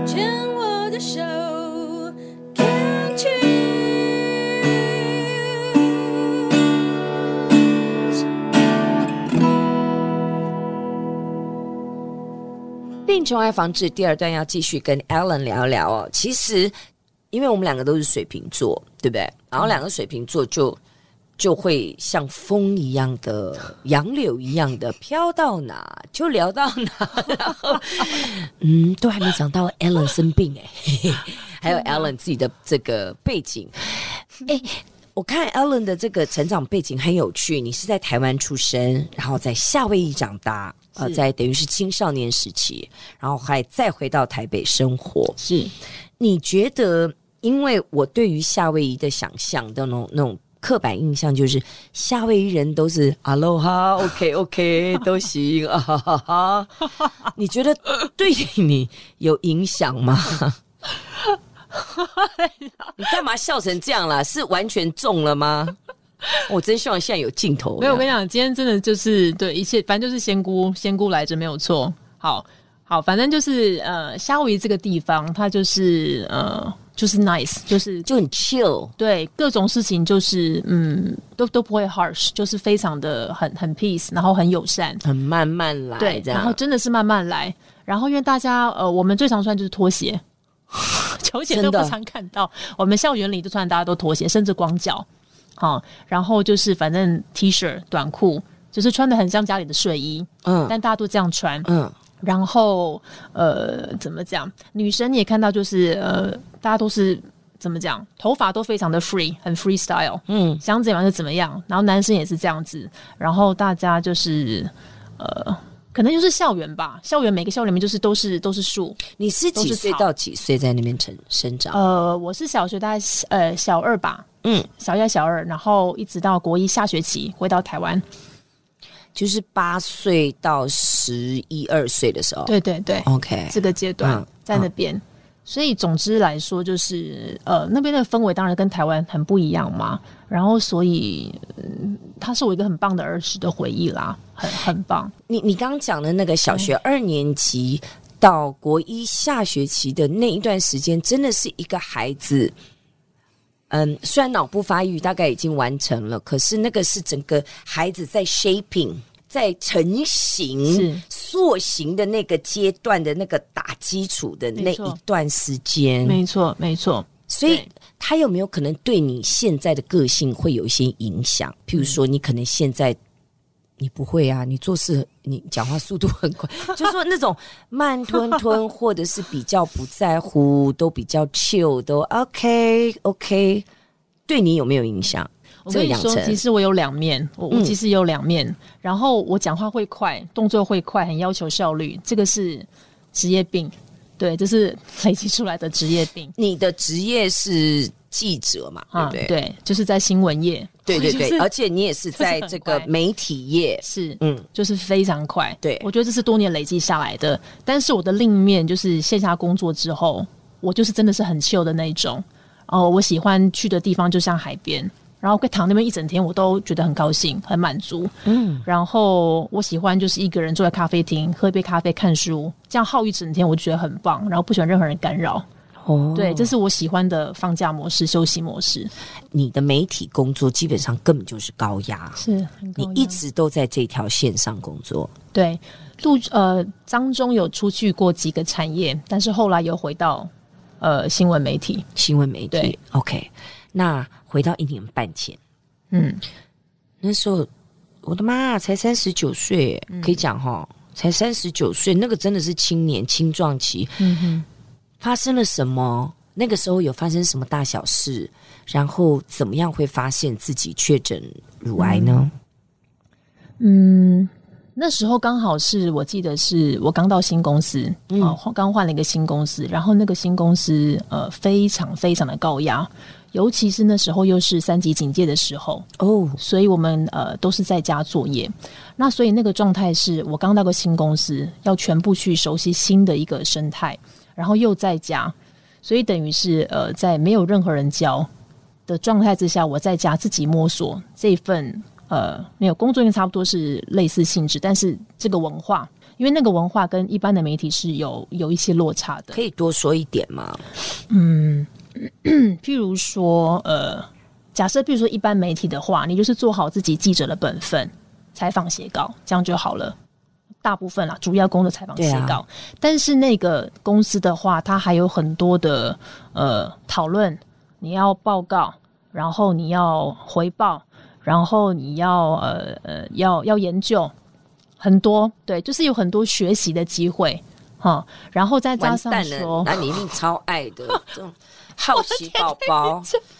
牵我的手 Can't you 病虫害防治第二段要继续跟 Alan 聊聊哦。其实因为我们两个都是水瓶座，对不对？然后两个水瓶座就会像风一样的、杨柳一样的飘到哪就聊到哪，然后都还没讲到 Alan 生病还有 Alan 自己的这个背景。我看 Alan 的这个成长背景很有趣，你是在台湾出生，然后在夏威夷长大，在等于是青少年时期，然后还再回到台北生活。 是， 你觉得，因为我对于夏威夷的想象的那种刻板印象，就是夏威夷人都是 Aloha OK 都行啊哈哈哈。你觉得对你有影响吗？你干嘛笑成这样啦？是完全中了吗？我真希望现在有镜头。 没有，我跟你讲，今天真的就是对一切，反正就是仙姑来着，没有错。好，反正就是夏威夷这个地方，它就是就是 nice， 就很 chill， 对，各种事情就是都不会 harsh， 就是非常的很 peace， 然后很友善， 很慢慢来， 对，然后真的是慢慢来。然后因为大家我们最常穿就是拖鞋。球鞋都不常看到，我们校园里就穿大家都拖鞋，甚至光脚。然后就是反正 T 恤短裤，就是穿得很像家里的睡衣，但大家都这样穿，然后怎么讲？女生你也看到，就是大家都是怎么讲？头发都非常的 free， 很 freestyle，想怎么样就怎么样。然后男生也是这样子，然后大家就是可能就是校园吧，校园每个校园里面就是都是树。 你是几岁到几岁在那边生长？ 我是小学大概小二吧，小一小二，然后一直到国一下学期回到台湾， 就是8岁到11、12岁的时候。 对对对 ，OK， 这个阶段在那边。所以总之来说，就是那边的氛围当然跟台湾很不一样嘛。然后所以它是我一个很棒的儿时的回忆啦，很棒。 你刚刚讲的那个小学2年级到国一下学期的那一段时间，真的是一个孩子，虽然脑部发育大概已经完成了，可是那个是整个孩子在 shaping。在成型塑形的那个阶段的那个打基础的那一段时间， 没错没错。 所以他有没有可能对你现在的个性会有一些影响？譬如说你可能现在你不会啊，你做事你讲话速度很快，就是说那种慢吞吞或者是比较不在乎，都比较 chill， 都 OK， 对你有没有影响？ 我跟你说，其实我有两面，我其实有两面。然后我讲话会快，动作会快，很要求效率，这个是职业病。对，这是累积出来的职业病。 你的职业是记者嘛？对不对？ 对，就是在新闻业。 对对对，而且你也是在这个媒体业， 是就是非常快。 对， 我觉得这是多年累积下来的。但是我的另一面就是线下工作之后，我就是真的是很 chill 的那一种。我喜欢去的地方就像海边。然后可以躺那边一整天，我都觉得很高兴、很满足。然后我喜欢就是一个人坐在咖啡厅，喝一杯咖啡、看书，这样耗一整天，我就觉得很棒。然后不喜欢任何人干扰。对，这是我喜欢的放假模式、休息模式。 你的媒体工作基本上根本就是高压， 是很高压， 你一直都在这条线上工作。 对，当中有出去过几个产业，但是后来又回到新闻媒体。 新闻媒体对 ，OK。那回到1年半前，那时候我的妈，才39岁，可以讲齁，才39岁，那个真的是青年青壮期。发生了什么？那个时候有发生什么大小事？然后怎么样会发现自己确诊乳癌呢？ 那时候刚好是我记得是我刚到新公司，刚换了一个新公司，然后那个新公司非常非常的高压。尤其是那时候又是3级警戒的时候所以我们都是在家作业。那所以那个状态是我刚到个新公司，要全部去熟悉新的一个生态，然后又在家，所以等于是在没有任何人教的状态之下，我在家自己摸索这份没有工作，因为差不多是类似性质，但是这个文化因为那个文化跟一般的媒体是有一些落差的。 可以多说一点吗？ 譬如说假设比如说一般媒体的话，你就是做好自己记者的本分，采访写稿，这样就好了。大部分啦，主要工作采访写稿，但是那个公司的话，它还有很多的讨论，你要报告，然后你要回报，然后你要要研究，很多，对，就是有很多学习的机会哈。然后再加上说， 那你一定超爱的这种好奇宝宝。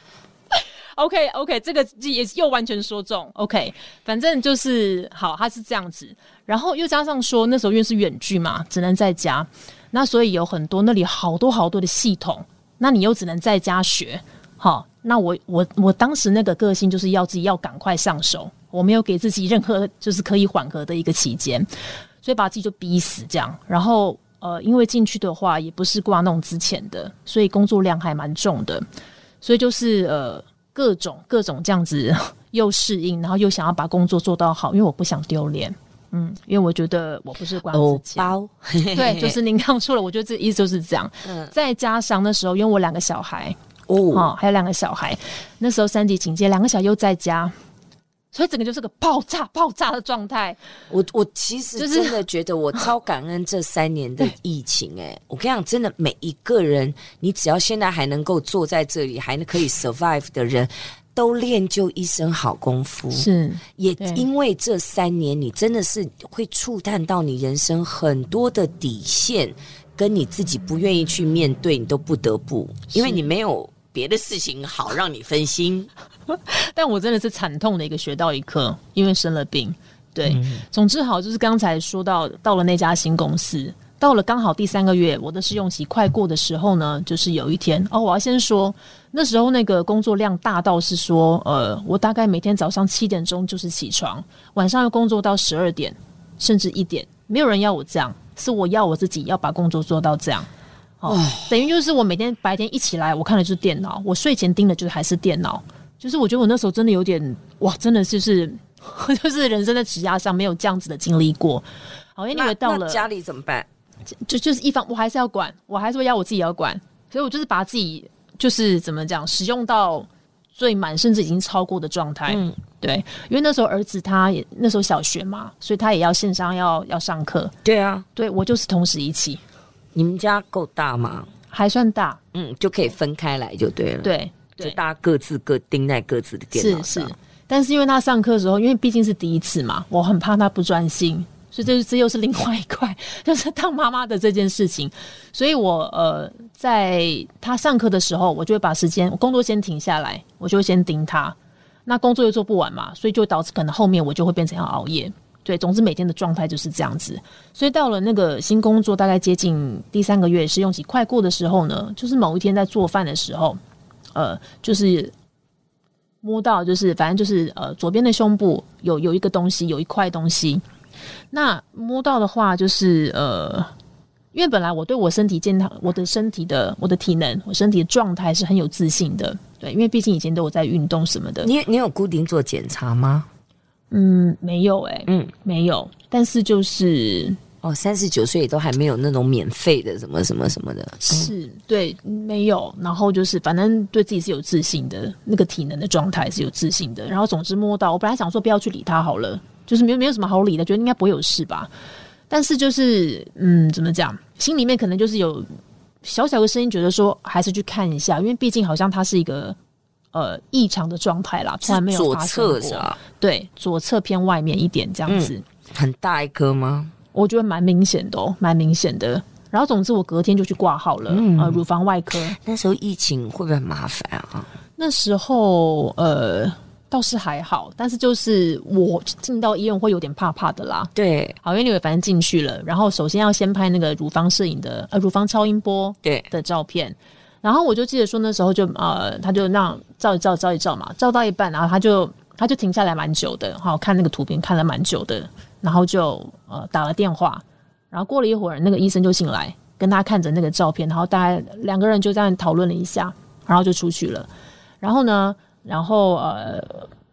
OK， 这个也又完全说中。OK， 反正就是好，它是这样子。然后又加上说，那时候因为是远距嘛，只能在家，那所以有很多那里好多的系统，那你又只能在家学。好，那我当时那个个性就是要自己要赶快上手，我没有给自己任何就是可以缓和的一个期间，所以把自己就逼死这样。然后因为进去的话也不是挂那种资遣的，所以工作量还蛮重的，所以就是各种这样子又适应，然后又想要把工作做到好，因为我不想丢脸。因为我觉得我不是管资遣，对，就是您刚说了，我觉得这个意思就是这样。再加上那时候因为我2个小孩还有2个小孩，那时候3级警戒，2个小孩又在家，所以整个就是个爆炸的状态。 我其实真的觉得我超感恩这3年的疫情我跟你讲，真的每一个人，你只要现在还能够坐在这里，还可以 survive 的人，都练就一身好功夫。 是， 也因为这3年，你真的是会触探到你人生很多的底线，跟你自己不愿意去面对，你都不得不，因为你没有别的事情好让你分心。 但我真的是惨痛的一个学到一课，因为生了病。对，总之好，就是刚才说到了那家新公司，到了刚好第3个月，我的试用期快过的时候呢，就是有一天我要先说，那时候那个工作量大到是说，我大概每天早上7点钟就是起床，晚上要工作到12点甚至1点，没有人要我这样，是我要我自己要把工作做到这样。等于就是我每天白天一起来，我看的就是电脑，我睡前盯的就是还是电脑。就是我觉得我那时候真的有点哇，真的就是人生的职涯上没有这样子的经历过。好，因为到了那家里怎么办？ 就是一方我还是要管，我还是会要我自己要管，所以我就是把自己就是怎么讲，使用到最满，甚至已经超过的状态。对，因为那时候儿子他也那时候小学嘛，所以他也要线上要上课。 对啊， 对，我就是同时一起。 你们家够大吗？ 还算大， 就可以分开来就对了。 对， 就大家各盯在各自的电脑上。 是，但是因为他上课的时候，因为毕竟是第一次嘛，我很怕他不专心，所以这又是另外一块，就是当妈妈的这件事情。所以我在他上课的时候，我就会把我工作先停下来，我就会先盯他。那工作又做不完嘛，所以就导致可能后面我就会变成要熬夜。对，总之每天的状态就是这样子。所以到了那个新工作大概接近第3个月试用期快过的时候呢，就是某一天在做饭的时候，就是摸到，就是反正就是左边的胸部有一个东西，有一块东西。那摸到的话，就是因为本来我对我身体健康、我的体能、我身体的状态是很有自信的。对，因为毕竟以前都有在运动什么的。 你有固定做检查吗？ 没有没有。但是就是 39岁都还没有那种免费的什么什么什么的。 是，对，没有。然后就是反正对自己是有自信的，那个体能的状态是有自信的。然后总之摸到，我本来想说不要去理他好了，就是没有什么好理的，觉得应该不会有事吧。但是就是怎么讲，心里面可能就是有小小的声音觉得说还是去看一下，因为毕竟好像它是一个异常的状态啦，从来没有发生过。左侧是吧？对，左侧偏外面一点这样子。 很大一颗吗？ 我觉得蛮明显的蛮明显的。然后总之我隔天就去挂号了，乳房外科。 那时候疫情会不会很麻烦啊？ 那时候倒是还好，但是就是我进到医院会有点怕怕的啦。 对， 好，因为反正进去了，然后首先要先拍那个乳房摄影的乳房超音波的照片。然后我就记得说那时候就他就让照一照嘛，照到一半，然后他就停下来蛮久的，好看那个图片看了蛮久的，然后就打了电话，然后过了一会儿，那个医生就进来跟他看着那个照片，然后大概2个人就这样讨论了一下，然后就出去了。然后呢，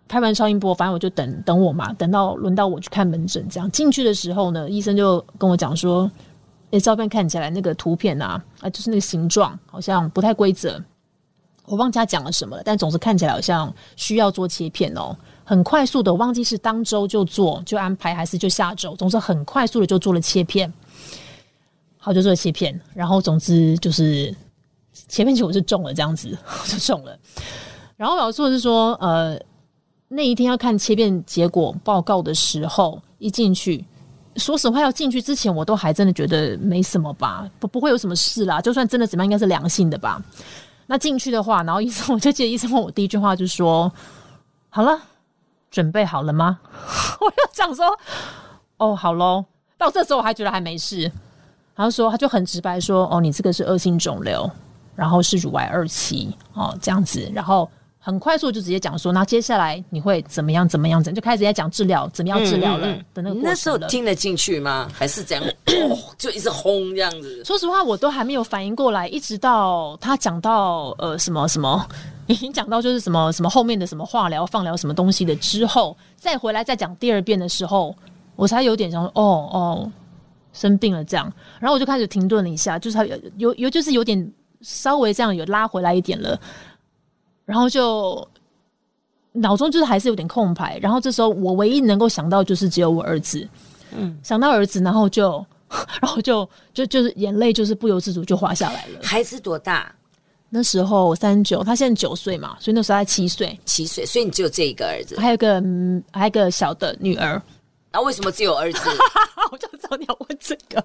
拍完超音波，反正我就等我嘛，等到轮到我去看门诊，这样进去的时候呢，医生就跟我讲说，照片看起来那个图片啊，就是那个形状好像不太规则，我忘记他讲了什么了，但总之看起来好像需要做切片哦，很快速的，我忘记是当周就做就安排还是就下周，总之很快速的就做了切片，好就做了切片，然后总之就是切片其实我是中了这样子，我就中了，然后我要说的是说那一天要看切片结果报告的时候，一进去，说实话要进去之前，我都还真的觉得没什么吧，不会有什么事啦，就算真的怎么样，应该是良性的吧。那进去的话，然后我就记得医生问我第一句话就说：“好了，准备好了吗？”我就想说：“哦，好咯。”到这时候我还觉得还没事，他就很直白说：“哦，你这个是恶性肿瘤，然后是乳癌2期哦，这样子。”然后很快速就直接讲说，那接下来你会怎么样，就开始在讲治疗，怎么样治疗了的那个过程了。 那时候听得进去吗？还是怎样？就一直轰这样子。 说实话，我都还没有反应过来，一直到他讲到什么，已经讲到就是什么后面的什么化疗、放疗什么东西的之后，再回来再讲第二遍的时候，我才有点想说，生病了这样。然后我就开始停顿了一下，就是就是有点稍微这样有拉回来一点了。然后就脑中就是还是有点空白，然后这时候我唯一能够想到就是只有我儿子，想到儿子，然后就是眼泪就是不由自主就滑下来了。 孩子多大？ 那时候39，他现在9岁嘛，所以那时候他7岁 ，7岁，所以你只有这一个儿子， 还有一个小的女儿。 那为什么只有儿子？ 我就知道你要问这个。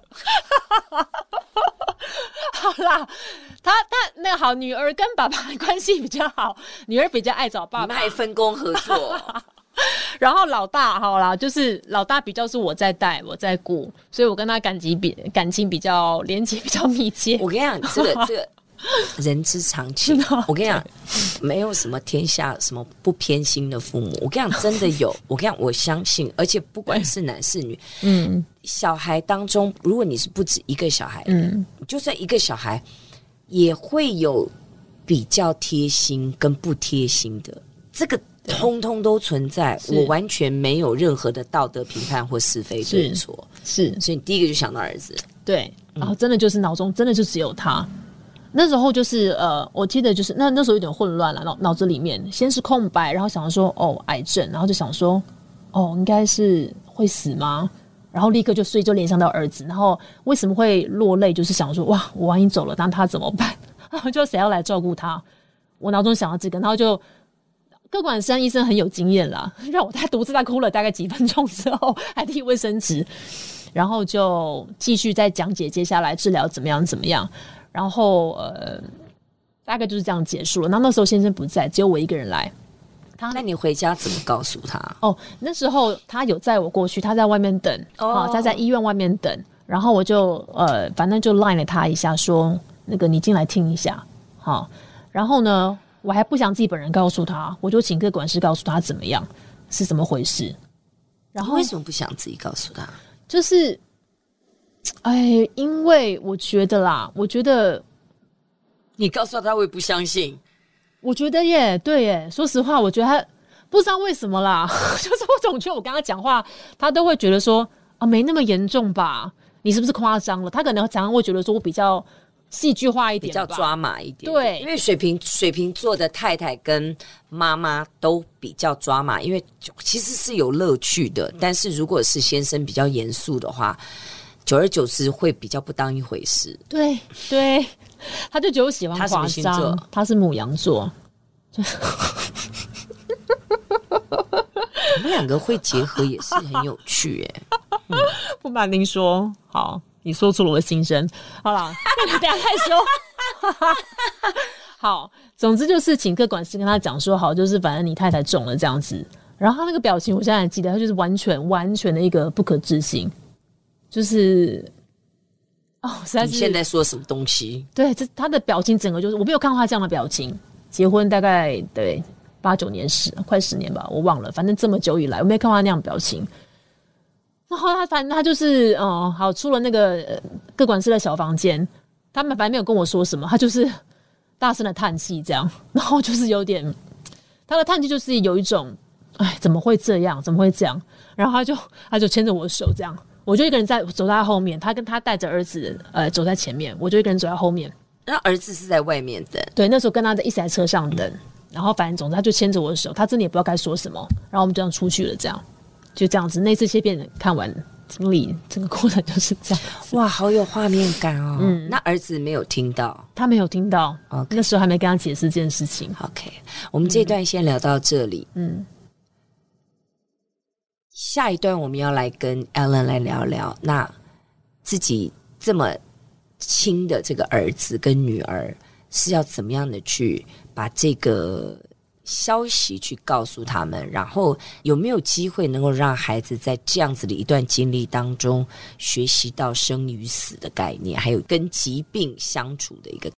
好啦，他那个好，女儿跟爸爸的关系比较好，女儿比较爱找爸爸， 你们还分工合作。 然后老大好啦，就是老大比较是我在带，我在顾，所以我跟他感情比较连结比较密切。 我跟你讲，这个人之常情。我跟你讲，没有什么天下什么不偏心的父母。我跟你讲，真的有。我跟你讲，我相信，而且不管是男是女，小孩当中，如果你是不止一个小孩，就算一个小孩，也会有比较贴心跟不贴心的，这个通通都存在。我完全没有任何的道德评判或是非对错， 是， 所以你第一个就想到儿子， 对，然后真的就是脑中真的就只有他。那时候就是我记得就是那时候有点混乱了，脑子里面先是空白，然后想说癌症，然后就想说应该是会死吗？然后立刻所以就联想到儿子，然后为什么会落泪？就是想说哇，我万一走了，那他怎么办？然后就谁要来照顾他？我脑中想到这个，然后就个管师医生很有经验啦，让我独自哭了大概几分钟之后，还递卫生纸，然后就继续再讲解接下来治疗怎么样。然后大概就是这样结束了。那时候先生不在，只有我一个人来。 那你回家怎么告诉他？ 那时候他有载我过去，他在外面等，他在医院外面等。然后我就反正就 line 了他一下，说那个你进来听一下，好。然后呢，我还不想自己本人告诉他，我就请个管师告诉他怎么样，是怎么回事。然后为什么不想自己告诉他？ 就是因为我觉得你告诉他会不相信。 我觉得对耶，说实话，我觉得他不知道为什么啦，就是我总觉得我跟他讲话，他都会觉得说没那么严重吧，你是不是夸张了？他可能常常会觉得说我比较戏剧化一点吧， 比较抓马一点。 对， 因为水瓶座的太太跟妈妈都比较抓马，因为其实是有乐趣的，但是如果是先生比较严肃的话，久而久之会比较不当一回事。 对，他就觉得我喜欢夸张。他什么星座？他是牡羊座。 我们两个会结合也是很有趣耶。 不瞒您说，好，你说出了我的心声。好啦，等一下再说。好，总之就是请个管师跟他讲说，好，就是反正你太太中了这样子。然后他那个表情，我现在还记得，他就是完全的一个不可置信。就是实在是你现在说什么东西？ 对，他的表情整个就是我没有看过他这样的表情。结婚大概对8、9年快10年吧，我忘了，反正这么久以来我没看过他那样的表情。然后反正他就是好，出了那个个管师的小房间，他们反正没有跟我说什么，他就是大声的叹气这样，然后就是有点他的叹气就是有一种哎，怎么会这样？怎么会这样？然后他就牵着我的手这样，我就一个人走在后面，他跟他带着儿子走在前面，我就一个人走在后面。 那儿子是在外面等？ 对，那时候跟他一起在车上等，然后反正总之他就牵着我的手，他真的也不知道该说什么，然后我们就这样出去了，这样就这样子。那次切片看完。经历整个过程就是这样子。 哇，好有画面感哦。那儿子没有听到？ 他没有听到。Okay. 那时候还没跟他解释这件事情。 OK， 我们这一段先聊到这里。下一段我们要来跟 Ellen 来聊聊，那自己这么亲的这个儿子跟女儿是要怎么样的去把这个消息去告诉他们，然后有没有机会能够让孩子在这样子的一段经历当中学习到生与死的概念，还有跟疾病相处的一个